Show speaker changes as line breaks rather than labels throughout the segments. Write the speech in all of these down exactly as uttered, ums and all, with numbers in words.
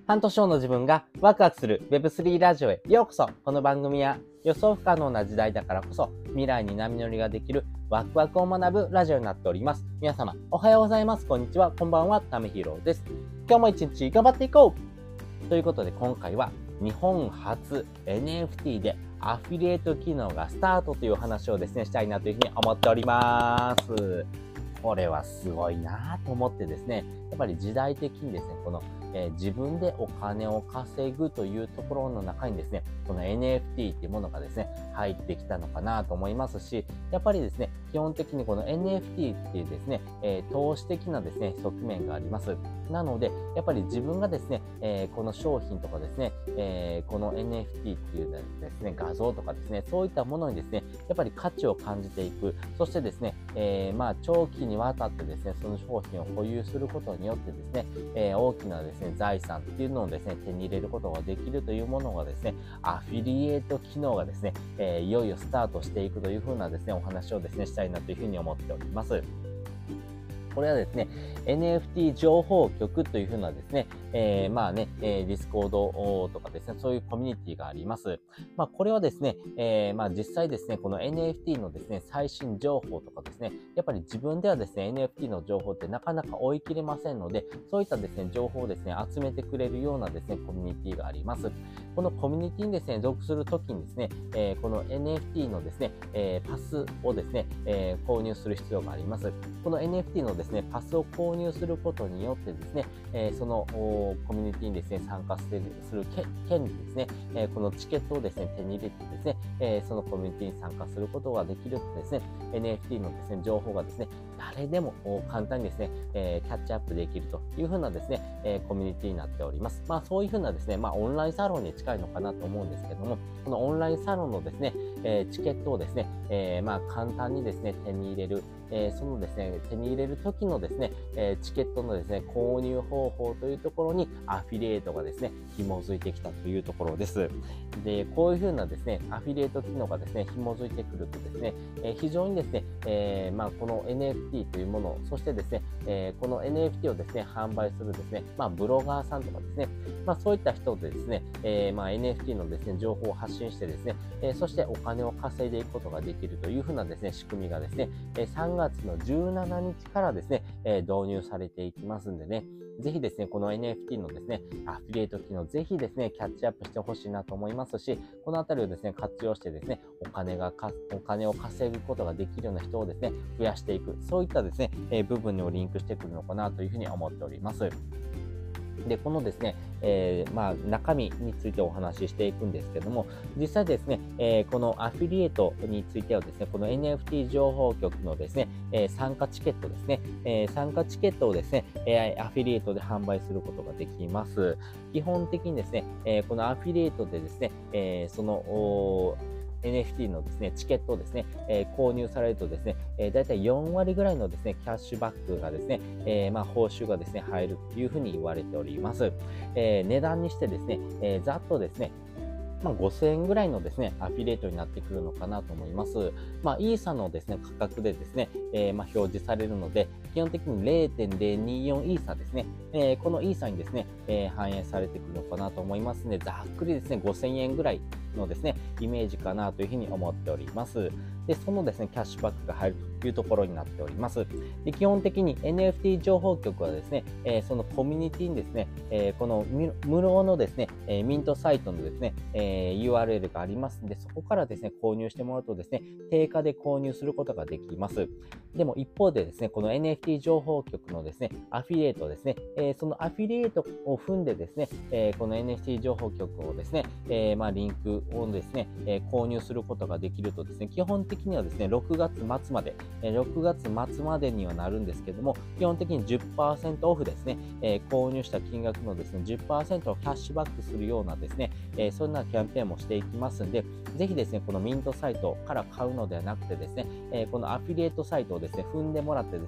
半年後の自分がワクワクする ウェブスリー ラジオへようこそ。この番組は予想不可能な時代だからこそ未来に波乗りができるワクワクを学ぶラジオになっております。皆様おはようございます。こんにちは。こんばんは。ためひろです。今日も一日頑張っていこうということで、今回は日本初 エヌエフティー でアフィリエイト機能がスタートという話をですねしたいなというふうに思っております。これはすごいなと思ってですね、やっぱり時代的にですね、この、えー、自分でお金を稼ぐというところの中にですね、この エヌエフティー っていうものがですね、入ってきたのかなと思いますし、やっぱりですね、基本的にこの エヌエフティー っていうですね、えー、投資的なですね、側面があります。なので、やっぱり自分がですね、えー、この商品とかですね、えー、この エヌエフティー っていうですね、画像とかですね、そういったものにですね、やっぱり価値を感じていく。そしてですね、えー、まあ、長期にわたってですね、その商品を保有することによってですね、えー、大きなですね、財産っていうのをですね、手に入れることができるというものがですね、アフィリエイト機能がですね、えー、いよいよスタートしていくというふうなですね、お話をですね、したいなというふうに思っております。これはですね、エヌエフティー 情報局というふうなですね、えー、まあね、えー、ディスコードとかですね、そういうコミュニティがあります。まあ、これはですね、えー、まあ実際ですね、この エヌエフティー のですね、最新情報とかですね、やっぱり自分ではですね、エヌエフティー の情報ってなかなか追い切れませんので、そういったですね、情報をですね、集めてくれるようなですね、コミュニティがあります。このコミュニティにですね、属するときにですね、えー、この エヌエフティー のですね、えー、パスをですね、えー、購入する必要があります。この エヌエフティー のですね、パスを購入することによってですね、えー、そのコミュニティにですね、参加する権利ですね、えー、このチケットをですね、手に入れてですね、えー、そのコミュニティに参加することができるとですね、エヌエフティー のですね、情報がですね、誰でも簡単にですね、えー、キャッチアップできるというふうなですね、えー、コミュニティになっております。まあそういうふうなですね、まあオンラインサロンに近いのかなと思うんですけども、このオンラインサロンのですね、えー、チケットをですね、えー、まあ簡単にですね、手に入れる、えー、そのですね、手に入れる時のですね、えー、チケットのですね、購入方法というところにアフィリエイトがですね、紐づいてきたというところです。で、こういうふうなですね、アフィリエイト機能がですね、紐づいてくるとですね、えー、非常にですね、えー、まあこの エヌエフティー というもの、そしてですね、えー、この エヌエフティー をですね、販売するですね、まあブロガーさんとかですね、まあそういった人でですね、えー、まあ エヌエフティー のですね、情報を発信してですね、えー、そしてお金を稼いでいくことができるというふうなですね、仕組みがですね、さんがつのじゅうしちにちからですね、導入されていきますんでね、ぜひですね、この エヌエフティー のですね、アフィリエイト機能、ぜひですね、キャッチアップしてほしいなと思いますし、このあたりをですね、活用してですね、お金がか、お金を稼ぐことができるような人をですね、増やしていく、そういったですね、えー、部分にもリンクしてくるのかなというふうに思っております。で、このですね、えー、まあ、中身についてお話ししていくんですけども、実際ですね、えー、このアフィリエイトについてはですね、この エヌエフティー 情報局のですね、えー、参加チケットですね、えー、参加チケットをですね、えー、アフィリエイトで販売することができます。基本的にですね、えー、このアフィリエイトでですね、えー、その、エヌエフティー のですね、チケットをですね、えー、購入されるとですね、えー、だいたいよんわりぐらいのですね、キャッシュバックがですね、えー、まあ、報酬がですね、入るというふうに言われております。えー、値段にしてですね、えー、ざっとですね、まあ、ごせんえんぐらいのですね、アフィリエイトになってくるのかなと思います。まあ、イーサのですね、価格でですね、えー、まあ、表示されるので、基本的に れいてんぜろによん イーサですね、えー、このイーサにですね、えー、反映されてくるのかなと思いますので、ざっくりですね、ごせんえんぐらいのですね、イメージかなというふうに思っております。で、そのですね、キャッシュバックが入るというところになっております。で、基本的に エヌエフティー 情報局はですね、えー、そのコミュニティにですね、えー、この無料のですね、えー、ミントサイトのですね、えー、ユーアールエル がありますので、そこからですね、購入してもらうとですね、定価で購入することができます。でも一方でですね、この エヌエフティー 情報局のですね、アフィリエイトですね、えー、そのアフィリエイトを踏んでですね、えー、この エヌエフティー 情報局をですね、えー、まあリンクをですね、えー、購入することができるとですね、基本的にはですね、ろくがつまつまで、えー、ろくがつまつまでにはなるんですけども、基本的に じゅっパーセント オフですね、えー、購入した金額のですね、じゅっパーセント をキャッシュバックするようなですね、えー、そんなキャンペーンもしていきますんで、ぜひですね、このミントサイトから買うのではなくてですね、えー、このアフィリエイトサイトをですね、踏んでもらってですね、買った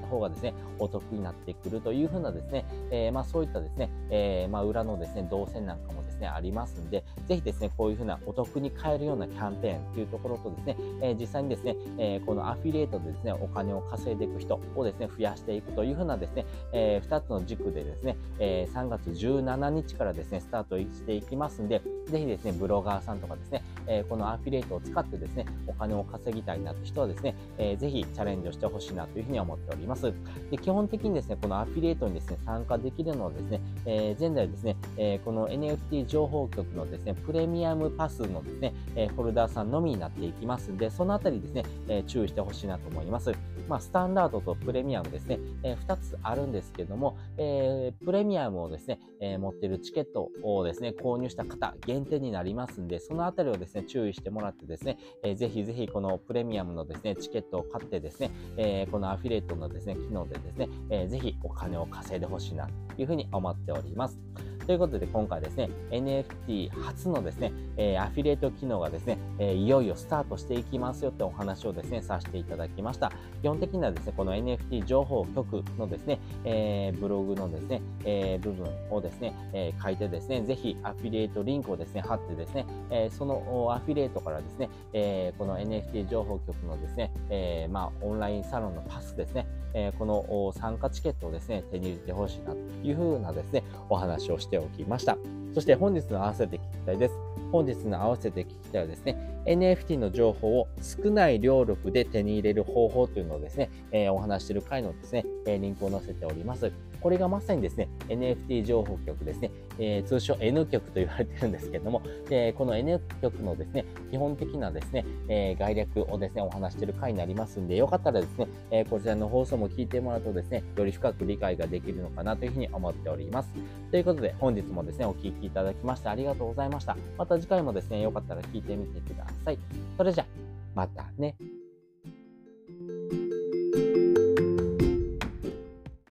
方がですね、お得になってくるというふうなですね、えー、まあそういったですね、えー、まあ裏のですね、動線なんかもですね、ありますんで、ぜひですね、こういうふうなお得に買えるようなキャンペーンというところとですね、えー、実際にですね、えー、このアフィリエイトでですね、お金を稼いでいく人をですね、増やしていくというふうなですね、えー、ふたつの軸でですね、えー、さんがつじゅうしちにちからですね、スタートしていきますんで、ぜひですね、ブロガーさんとかですね、えー、このアフィリエイトを使ってですね、お金を稼ぎたいなって人はですね、えー、ぜひチャレンジをしてほしいなというふうに思っております。で、基本的にですね、このアフィリエイトにですね、参加できるのはですね、えー、前代ですね、えー、この エヌエフティー 情報局のですね、プレミアムパスのですね、えー、フォルダーさんのみになっていきますんで、そのあたりですね、えー、注意してほしいなと思います。まあ、スタンダードとプレミアムですね、えー、ふたつあるんですけども、えー、プレミアムをですね、えー、持っているチケットをですね、購入した方限定になりますんで、そのあたりをですね、注意してもらってですね、えー、ぜひぜひこのプレミアムのですね、チケットを買ってですね、えー、このアフィリエイトのですね、機能でですね、えー、ぜひお金を稼いでほしいなというふうに思っております。ということで今回ですね、エヌエフティー 初のですね、えー、アフィリエイト機能がですね、えー、いよいよスタートしていきますよってお話をですね、させていただきました。基本的にはですね、この エヌエフティー 情報局のですね、えー、ブログのですね、えー、部分をですね、えー、書いてですね、ぜひアフィリエイトリンクをですね、貼ってですね、えー、そのアフィリエイトからですね、えー、この エヌエフティー 情報局のですね、えー、まあ、オンラインサロンのパスですね、えー、この参加チケットをですね、手に入れてほしいなというふうなですね、お話をしておきました。そして本日の合わせて聞きたいです。本日の合わせて聞きたいはですね、エヌエフティー の情報を少ない労力で手に入れる方法というのをですね、えー、お話している回のですね、えー、リンクを載せております。これがまさにですね、エヌエフティー 情報局ですね、えー、通称 N 局と言われているんですけども、えー、この N 局のですね、基本的なですね、えー、概略をですね、お話している回になりますんで、よかったらですね、えー、こちらの放送も聞いてもらうとですね、より深く理解ができるのかなというふうに思っております。ということで、本日もですね、お聞きいただきましてありがとうございました。また次回もですね、よかったら聞いてみてください。それじゃ、またね。